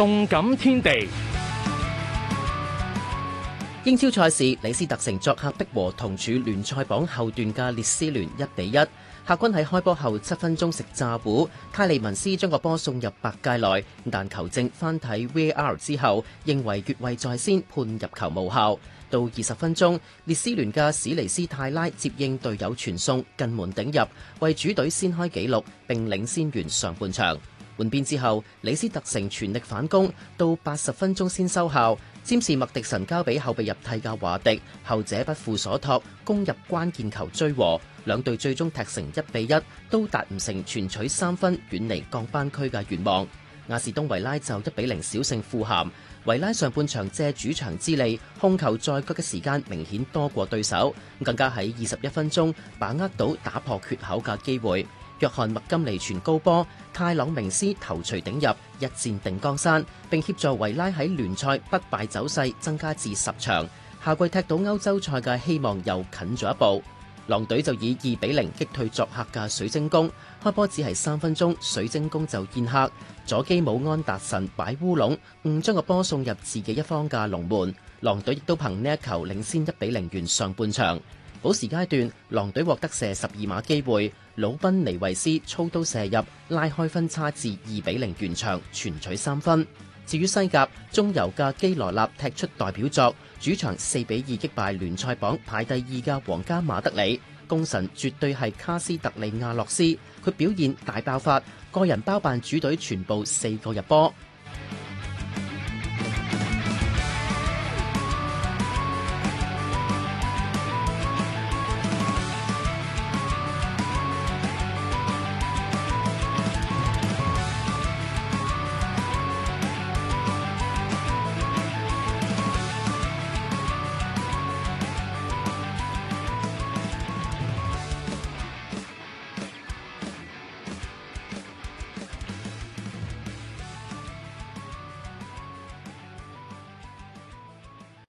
動感天地。 英超賽事，李斯特城作客逼和同處聯賽榜後段嘅列斯聯1-1。客軍喺開波後7分鐘食炸糊，泰利文斯將個波送入白界內，但球證翻睇 VAR 之後，認為越位在先，判入球無效。到20分鐘，列斯聯嘅史尼斯泰拉接應隊友傳送近門頂入，為主隊先開紀錄並領先完上半場。換邊之後，李斯特城全力反攻，到80分鐘先收效。占士麥迪臣交俾後備入替嘅華迪，後者不負所託，攻入關鍵球追和。兩隊最終踢成1-1，都達唔成全取3分，遠離降班區嘅願望。亞士東維拉就1-0小勝富咸。維拉上半場借主場之利，控球在腳嘅時間明顯多過對手，更加喺21分鐘把握到打破缺口嘅機會。約翰麥金尼傳高波，泰朗明斯頭槌頂入，一戰定江山，並協助維拉喺聯賽不敗走勢增加至10場。下季踢到歐洲賽嘅希望又近咗一步。狼隊就以2-0擊退作客嘅水晶宮，開波只係3分鐘，水晶宮就宴客，佐基姆安達臣擺烏龍，誤將個波送入自己一方嘅龍門。狼隊亦都憑呢一球領先1-0完上半場。補時階段，狼隊獲得射12碼機會，魯賓尼維斯操刀射入，拉開分差至2-0完場，全取3分。至於西甲，中游嘅基羅納踢出代表作，主場4-2擊敗聯賽榜排第2嘅皇家馬德里。功臣絕對係卡斯特利亞洛斯，佢表現大爆發，個人包辦主隊全部4個入波。